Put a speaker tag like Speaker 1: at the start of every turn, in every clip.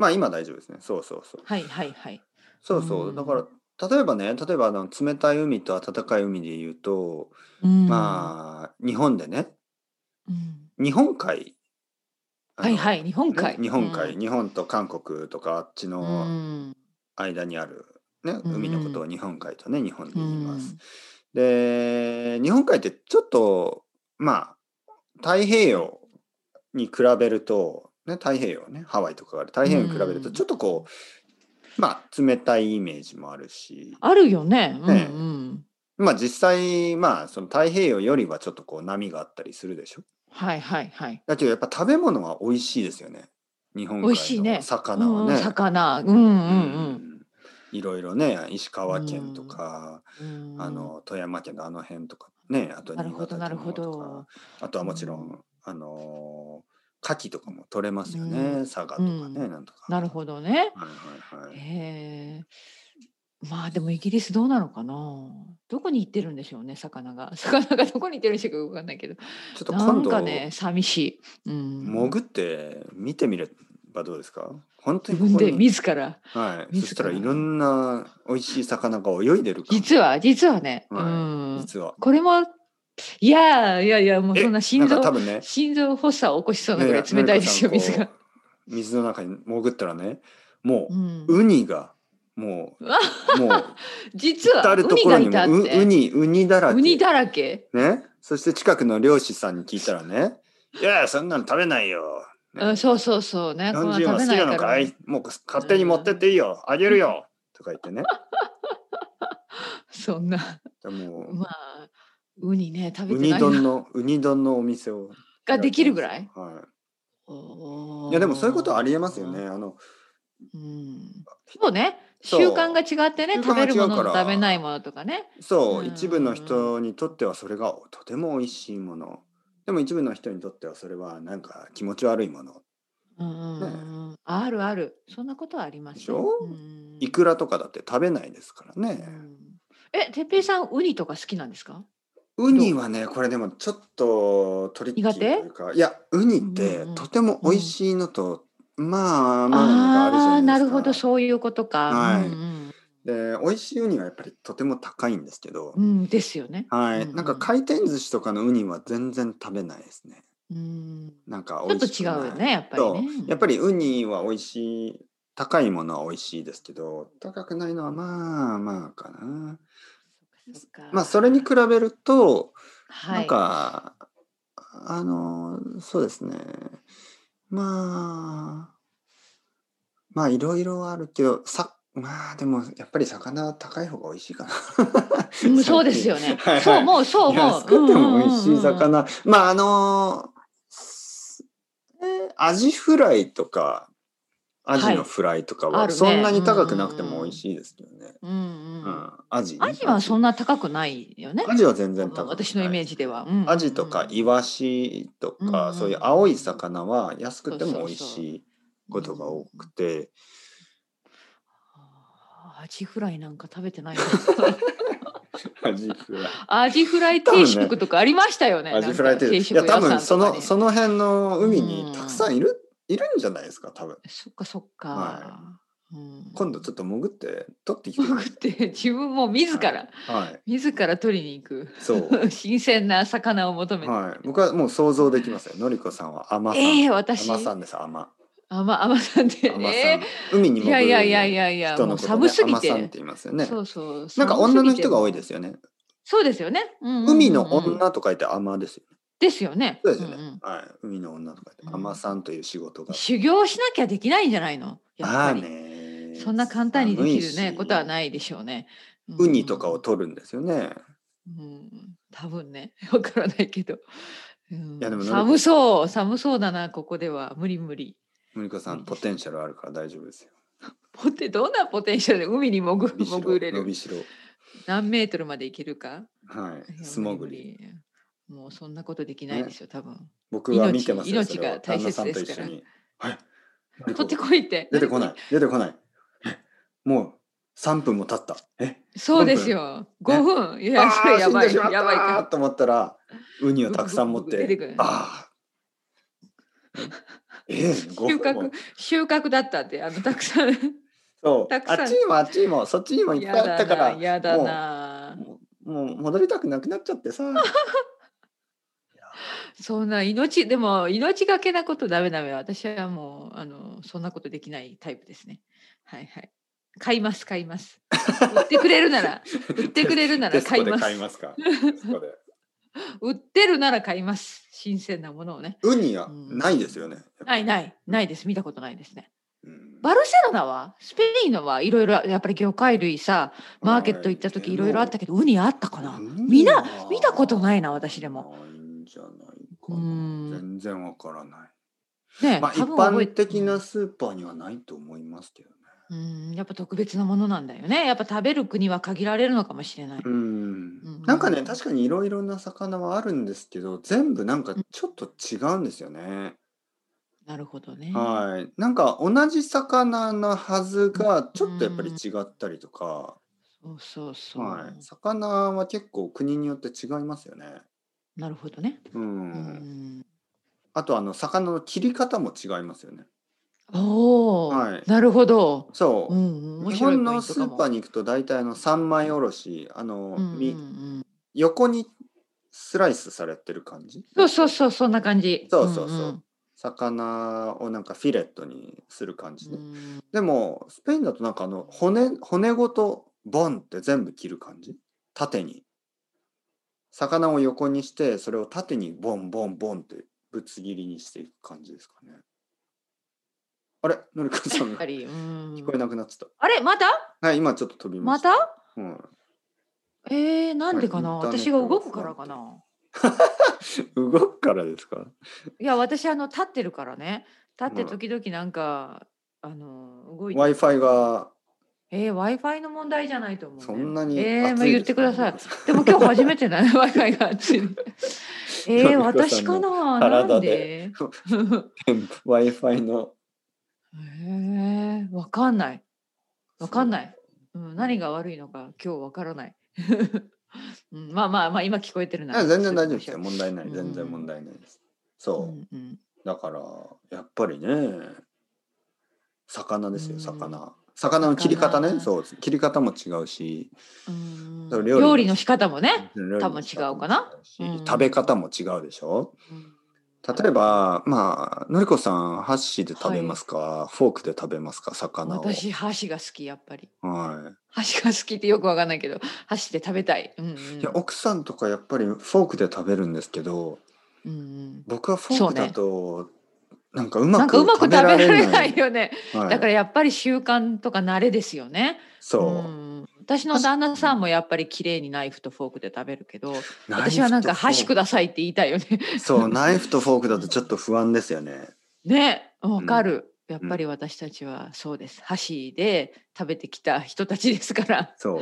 Speaker 1: まあ今大丈夫ですね。そうそうそう。
Speaker 2: はいはいはい。う
Speaker 1: そうそう。だか
Speaker 2: ん。
Speaker 1: ら、例えばね、例えば冷たい海と暖かい海で言うと、
Speaker 2: うん。
Speaker 1: まあ、日本でね、
Speaker 2: うん。
Speaker 1: 日本海、
Speaker 2: はいはい、日本海。
Speaker 1: 日本海、
Speaker 2: うん。
Speaker 1: 日本と韓国とかあっち
Speaker 2: う
Speaker 1: の
Speaker 2: ん。
Speaker 1: 間にある、ね、
Speaker 2: うん
Speaker 1: 海のこと
Speaker 2: うん。
Speaker 1: を日本海とね、日本
Speaker 2: う
Speaker 1: で言います。
Speaker 2: ん。
Speaker 1: で、日本海ってちょっと、まあ、太平洋に比べると、ね、太平洋ね、ハワイとかがある太
Speaker 2: う
Speaker 1: 平洋に比べると、ちょ
Speaker 2: ん。
Speaker 1: っとこう、まあ、冷たいイメージもあるし、
Speaker 2: あるよね。うんう
Speaker 1: ね
Speaker 2: ん。
Speaker 1: まあ実際、まあその太平洋よりはちょっとこう波があったりするでしょ。
Speaker 2: はいはいはい。
Speaker 1: だけどやっぱ食べ物は美味しいですよね。日本
Speaker 2: 美味
Speaker 1: 海の
Speaker 2: しいね。うんうん、
Speaker 1: 魚はね。
Speaker 2: 魚。うんう
Speaker 1: う
Speaker 2: ん
Speaker 1: ん。いろいろね、石
Speaker 2: うん。
Speaker 1: 川県と
Speaker 2: うん。
Speaker 1: か、
Speaker 2: うん。
Speaker 1: 富山県のあの辺とかね、あと
Speaker 2: なる
Speaker 1: 新潟県の
Speaker 2: ほどなるほ
Speaker 1: 方とか、
Speaker 2: ど。
Speaker 1: あとはもちろ
Speaker 2: うん。
Speaker 1: ん、牡蠣とかも取れますよ
Speaker 2: うん。
Speaker 1: ね。佐賀
Speaker 2: う
Speaker 1: とかね、
Speaker 2: ん。
Speaker 1: なんとか。
Speaker 2: なるほどね。
Speaker 1: はいはいはい。
Speaker 2: へえ。まあ、でもイギリスどうなのかな。どこに行ってるんでしょうね、魚が。魚がどこに行ってるんでしょうかよくわかんないけど。
Speaker 1: ちょっと
Speaker 2: な
Speaker 1: 今度、
Speaker 2: んかね、寂しい。うん。
Speaker 1: 潜って見てみればどうですか？本当
Speaker 2: 自分で
Speaker 1: にここに、
Speaker 2: 自ら
Speaker 1: はい。そしたらいろ
Speaker 2: 自ら。
Speaker 1: んな美味しい魚が泳いでるかも。
Speaker 2: 実はね、う
Speaker 1: はい。
Speaker 2: ん。
Speaker 1: 実は。
Speaker 2: これも、いや、もうそんな
Speaker 1: なんか多分ね、
Speaker 2: 心臓発作を起こしそうなぐらい
Speaker 1: のりこさん
Speaker 2: 冷たいですよ、水が。
Speaker 1: こう、水の中に潜ったらね、もう、
Speaker 2: うん。
Speaker 1: ウニが、ももう、至
Speaker 2: 実は
Speaker 1: る所に
Speaker 2: ウニがいたって。
Speaker 1: ウニだらけ。
Speaker 2: ウニだらけ。
Speaker 1: ね。そして近くの漁師さんに聞いたらね、いやいや、そんなの食べないよ。
Speaker 2: うん、
Speaker 1: ね。
Speaker 2: そうそうそうね、
Speaker 1: 日本
Speaker 2: こんな食べ
Speaker 1: 人は好きな
Speaker 2: ないから。
Speaker 1: のかい？もう勝
Speaker 2: う
Speaker 1: 手に持ってって
Speaker 2: ん。
Speaker 1: いいよ。あげるよ。とか言ってね。
Speaker 2: そんな、
Speaker 1: でも
Speaker 2: まあ、ウニね、食べてないな。
Speaker 1: ウニ丼のお店を
Speaker 2: がで
Speaker 1: 開いてるんですよ。
Speaker 2: きるぐらい？
Speaker 1: はい。
Speaker 2: お
Speaker 1: いやでもそういうことはありえますよ
Speaker 2: お。
Speaker 1: ね。
Speaker 2: うん。そうね、習慣が
Speaker 1: そう。
Speaker 2: 違ってね、
Speaker 1: 習
Speaker 2: 食べるも
Speaker 1: 慣が違うか
Speaker 2: のと食べない
Speaker 1: ら、
Speaker 2: ものとかね。うん
Speaker 1: そう、一部の
Speaker 2: うんうん。
Speaker 1: 人にとってはそれがとても美味しいもの。でも一部の人にとってはそれはなんか気持ち悪いもの。
Speaker 2: うんうん
Speaker 1: ね
Speaker 2: うんうん。あるある。そんなことはありますね。
Speaker 1: でしょ？
Speaker 2: うん。
Speaker 1: イクラとかだって食べないですからね。
Speaker 2: うん。てっぺいさん、ウニとか好きなんですか？
Speaker 1: ウ
Speaker 2: どう？
Speaker 1: ニはね、これでもちょっとトリッ
Speaker 2: 苦手？
Speaker 1: キーというか、いや、ウニっ
Speaker 2: うん
Speaker 1: て
Speaker 2: うん
Speaker 1: とても美味
Speaker 2: うん。うん。
Speaker 1: しいのと、まあまあのがあるじゃ
Speaker 2: ああ、
Speaker 1: ないで
Speaker 2: なるほど、
Speaker 1: すか。
Speaker 2: そういうことか。うん
Speaker 1: はい。
Speaker 2: うん。
Speaker 1: で、美味しいウニはやっぱりとても高いんですけど、
Speaker 2: うん、ですよね。
Speaker 1: はい。なんか
Speaker 2: うんうん。
Speaker 1: 回転寿司とかのウニは全然食べないですね。
Speaker 2: うん。
Speaker 1: なんか美味
Speaker 2: ちょっと
Speaker 1: しくない。
Speaker 2: 違うよね、やっぱりね。
Speaker 1: そう。やっぱりウニは美味しい、高いものは美味しいですけど、高くないのはまあまあかな。
Speaker 2: そっかそっ
Speaker 1: まあそれに
Speaker 2: か。
Speaker 1: 比べると、なん
Speaker 2: はい。
Speaker 1: か、そうですね。まあ、まあいろいろあるけど、まあでもやっぱり魚は高い方が美味しいかな。
Speaker 2: うん、そうです
Speaker 1: 最近。
Speaker 2: よね。
Speaker 1: はいはい。
Speaker 2: そう思うそう思う。う
Speaker 1: 安くて
Speaker 2: んうんう
Speaker 1: も美味しい
Speaker 2: んうんうん。
Speaker 1: 魚。まあアジフライとか、アジ
Speaker 2: はい。
Speaker 1: のフライとかはそん
Speaker 2: あるね。
Speaker 1: なに高くなくても美味
Speaker 2: うん。
Speaker 1: しいですけどね。
Speaker 2: うんうん。
Speaker 1: うん。アジ
Speaker 2: ア
Speaker 1: ね。
Speaker 2: ジはそんな高くないよね。
Speaker 1: アジは全然
Speaker 2: 多分、
Speaker 1: 高く
Speaker 2: 私のイ
Speaker 1: ないですね。
Speaker 2: メージでは。うんうんう
Speaker 1: アジとかイ
Speaker 2: ん。
Speaker 1: ワシと
Speaker 2: うんうん
Speaker 1: か、そういう青い
Speaker 2: うん。
Speaker 1: 魚は安く
Speaker 2: そう
Speaker 1: ても美味
Speaker 2: そうそう。
Speaker 1: しい
Speaker 2: うん。
Speaker 1: ことが多くて、
Speaker 2: アジフライなんか食べてないな。
Speaker 1: アジフライ。
Speaker 2: アジフライ定
Speaker 1: 多分ね、
Speaker 2: 食とかありましたよね。
Speaker 1: ア
Speaker 2: なんか
Speaker 1: ジフライって、いや
Speaker 2: 定食屋さ
Speaker 1: 多分
Speaker 2: んとかに。
Speaker 1: その辺の
Speaker 2: う
Speaker 1: 海にたくさ
Speaker 2: ん。
Speaker 1: んいるんじゃないですか、多分。
Speaker 2: そっかそっ
Speaker 1: はい。
Speaker 2: か。うん。
Speaker 1: 今度ちょっと潜って取ってきてくださ
Speaker 2: 潜って自分も
Speaker 1: い。はい。はい。
Speaker 2: 自ら取りに行く。
Speaker 1: そ
Speaker 2: 新鮮な魚を求
Speaker 1: う。
Speaker 2: めて。
Speaker 1: はい。僕はもう想像できますよ。のりこさんは海女さ
Speaker 2: 私、
Speaker 1: んです、海女。
Speaker 2: 甘さんで、
Speaker 1: 海女さん。海に
Speaker 2: いやいやいやい
Speaker 1: 潜る
Speaker 2: やいや、もう寒
Speaker 1: 人のことね、
Speaker 2: すぎて。
Speaker 1: 海女さんって言いますよね。
Speaker 2: そうそう、
Speaker 1: なんか
Speaker 2: 寒すぎ
Speaker 1: 女の人が多いで
Speaker 2: ても
Speaker 1: すよね。
Speaker 2: そうですよね。うんうん
Speaker 1: 海の
Speaker 2: うんうん。
Speaker 1: 女と書いて海女ですよね。
Speaker 2: ですよね。
Speaker 1: そうですよね。
Speaker 2: うんうん。
Speaker 1: はい。海の女と書いて、海女
Speaker 2: うん。
Speaker 1: さんという仕事が。
Speaker 2: 修行しなきゃできないんじゃないの？やっ
Speaker 1: まあ
Speaker 2: ぱり。そ
Speaker 1: ね、
Speaker 2: んな簡単にで
Speaker 1: 寒い
Speaker 2: きるね、ことは
Speaker 1: し、
Speaker 2: ないでしょうね。う
Speaker 1: ウニとかを
Speaker 2: ん。
Speaker 1: 取るんですよね。
Speaker 2: うん、多分ね、わからないけど。う
Speaker 1: いやで
Speaker 2: ん、
Speaker 1: ものりこ、
Speaker 2: 寒そうだな、ここでは。無理無理。
Speaker 1: のりこさんポテ
Speaker 2: 無理です。
Speaker 1: ンシャルあるから大丈夫ですよ。
Speaker 2: どんなポテンシャルで海に潜れ
Speaker 1: 伸び
Speaker 2: る？
Speaker 1: しろ。
Speaker 2: 何メートルまで行けるか？
Speaker 1: はい。
Speaker 2: いや、無理
Speaker 1: 素潜り。
Speaker 2: 無理。もうそんなことできないで
Speaker 1: ね。
Speaker 2: すよ、多分。
Speaker 1: 僕は見てますよ、そ
Speaker 2: 命
Speaker 1: れを。
Speaker 2: が大切
Speaker 1: 旦那さん
Speaker 2: ですから。
Speaker 1: と一緒に。はい。のり
Speaker 2: 取って
Speaker 1: こ、
Speaker 2: こいって。
Speaker 1: 出てこない。出てこない。え、もう3分も経った。
Speaker 2: そう
Speaker 1: 4分。
Speaker 2: ですよ。
Speaker 1: え、
Speaker 2: 5分。いや、それ
Speaker 1: ああ、
Speaker 2: やばい。
Speaker 1: 死んでしまった
Speaker 2: やばいか。
Speaker 1: と思ったら、ウニをたくさん
Speaker 2: ブクブクブク出て
Speaker 1: 持って、
Speaker 2: くる。
Speaker 1: ああ、ね 5分も。
Speaker 2: 収穫だったってたくさん
Speaker 1: そう。
Speaker 2: たくさん
Speaker 1: あっちにもあっちにもそっちにもいっぱいあったから、
Speaker 2: やだな。
Speaker 1: もう戻りたくなくなっちゃってさ。
Speaker 2: そんなでも命がけなことダメダメ。私はもうそんなことできないタイプですね。はいはい。買います。売ってくれるなら買います。
Speaker 1: 買いますか。テスコで。
Speaker 2: 売ってるなら買います。新鮮なものをね。
Speaker 1: ウニはないですよね。
Speaker 2: ないです。見たことないですね。
Speaker 1: うん、
Speaker 2: バルセロナはスペインのはいろいろやっぱり魚介類さ、マーケット行った時いろいろあったけど、ウニあったかな。見たことないな、私でも。
Speaker 1: ないんじゃないかな。全然わからない。
Speaker 2: ね、
Speaker 1: まあ、一般的なスーパーにはないと思いますけどね。
Speaker 2: やっぱ特別なものなんだよね。やっぱ食べる国は限られるのかもしれない。
Speaker 1: なんかね、確かにいろいろな魚はあるんですけど、全部なんかちょっと違うんですよね。
Speaker 2: なるほどね。
Speaker 1: はい。なんか同じ魚のはずがちょっとやっぱり違ったりとか。
Speaker 2: そう。
Speaker 1: はい。魚は結構国によって違いますよね。
Speaker 2: なるほどね。
Speaker 1: あと魚の切り方も違いますよね。
Speaker 2: おお、
Speaker 1: はい。
Speaker 2: なるほど。
Speaker 1: そう。日本のスーパーに行くと大体三枚おろし、横にスライスされてる感じ。
Speaker 2: そう、そんな感じ。
Speaker 1: そう。魚をなんかフィレットにする感じね。でもスペインだとなんか骨ごとボンって全部切る感じ。縦に。魚を横にしてそれを縦にボンボンボンってぶつ切りにしていく感じですかね。あれ、のりこさんが聞こえなくなっちゃった。
Speaker 2: あれ、また？
Speaker 1: はい、今ちょっと飛びました。
Speaker 2: また？なんでかな。私が動くからかな。
Speaker 1: 動くからですか？
Speaker 2: いや、私立ってるからね。立って時々なんか動いて。
Speaker 1: Wi-Fi が。
Speaker 2: Wi-Fi の問題じゃないと思う、ね。
Speaker 1: そんなに
Speaker 2: 熱い言ってください。でも今日初めてだね、Wi-Fi が熱い。私かな。なんで
Speaker 1: ？Wi-Fi の。
Speaker 2: わかんない。何が悪いのか今日わからない。まあ今聞こえてるなら。
Speaker 1: 全然大丈夫ですよ。問題ない。全然問題ないです。そう。だからやっぱりね、魚ですよ、魚の切り方ね。そう、切り方も違うし、
Speaker 2: 料理の仕方もね、多分違うかな。
Speaker 1: 食べ方も違うでしょ。例えばのりこさん箸で食べますか、フォークで食べますか、魚を。
Speaker 2: 私箸が好き、やっぱり。
Speaker 1: はい。
Speaker 2: 箸が好きってよくわかんないけど、箸で食べたい。
Speaker 1: いや、奥さんとかやっぱりフォークで食べるんですけど、僕はフォークだとなんかうまく食べられない
Speaker 2: よね。だからやっぱり習慣とか慣れですよね。
Speaker 1: そう。
Speaker 2: 私の旦那さんもやっぱり綺麗にナイフとフォークで食べるけど、私はなんか箸くださいって言いたいよね。
Speaker 1: そう、ナイフとフォークだとちょっと不安ですよね。
Speaker 2: ね、わかる。やっぱり私たちはそうです。箸で食べてきた人たちですから。
Speaker 1: そう。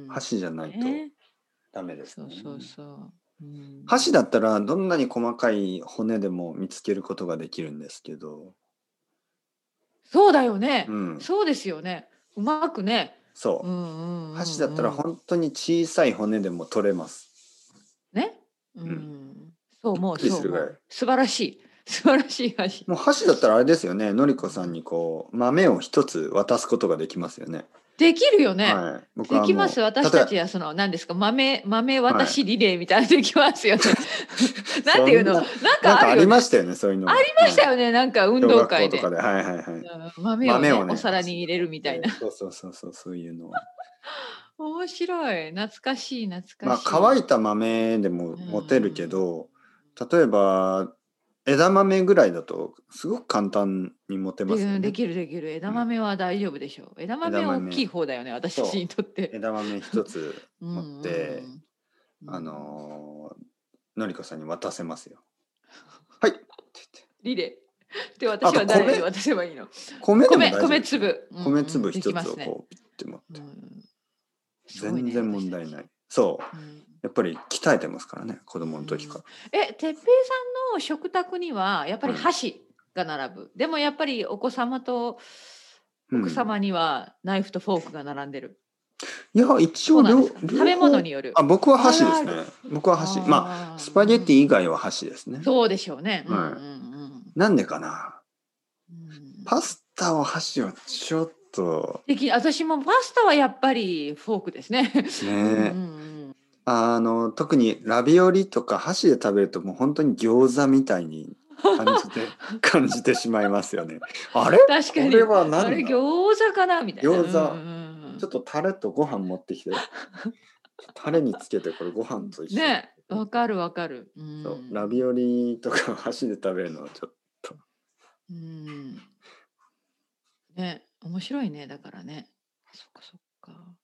Speaker 1: 箸じゃないとダメですね。
Speaker 2: そう。
Speaker 1: 箸だったらどんなに細かい骨でも見つけることができるんですけど。
Speaker 2: そうだよね。そうですよね。うまくね。
Speaker 1: そう。箸だったら本当に小さい骨でも取れます。
Speaker 2: ね。そう、もう素晴らしい箸。
Speaker 1: もう箸だったらあれですよね。のりこさんにこう豆を一つ渡すことができますよね。
Speaker 2: できるよね。できます。私たちは何ですか、豆渡しリレーみたいなできますよね。なんていうの、なんか
Speaker 1: ありましたよね、そういうの。
Speaker 2: ありましたよね、なんか運動会で。豆をね、お皿に入れるみたいな。
Speaker 1: そういうの。
Speaker 2: 面白い、懐かしい。
Speaker 1: 乾いた豆でも持てるけど、例えば枝豆ぐらいだとすごく簡単に持てますよね。
Speaker 2: できる。枝豆は大丈夫でしょう。枝豆は大きい方だよね、私たちにとって。
Speaker 1: 枝豆一つ持ってのりこさんに渡せますよ。はいって言って。
Speaker 2: リレー。で、私は誰に渡せばいいの？
Speaker 1: 米
Speaker 2: 粒。
Speaker 1: 米粒一つをこうピッて持って。全然問題ない。そう。やっぱり鍛えてますからね、子供の時から。
Speaker 2: 哲平さんの食卓にはやっぱり箸が並ぶ。でもやっぱりお子様と奥様にはナイフとフォークが並んでる。
Speaker 1: いや、一応
Speaker 2: 食べ物による。
Speaker 1: 僕は箸ですね。僕は箸。スパゲッティ以外は箸ですね。
Speaker 2: そうでしょうね。
Speaker 1: なんでかな。
Speaker 2: うん
Speaker 1: パスタを箸はちょっと
Speaker 2: 私もパスタはやっぱりフォークですね。
Speaker 1: ね。特にラビオリとか箸で食べるともう本当に餃子みたいに感じてしまいますよね。あれ
Speaker 2: 確か
Speaker 1: これ
Speaker 2: に。
Speaker 1: はな
Speaker 2: あれ、
Speaker 1: んだ。
Speaker 2: 餃子かなみたいな。
Speaker 1: 餃子。ちょっとタレとご飯持ってきて。タレにつけてこれご飯と一緒に。
Speaker 2: ね、わかるわかる。
Speaker 1: そう、ラビオリとか箸で食べるのはちょっと。
Speaker 2: うん。ね、面白いね、だからね。そっかそっか。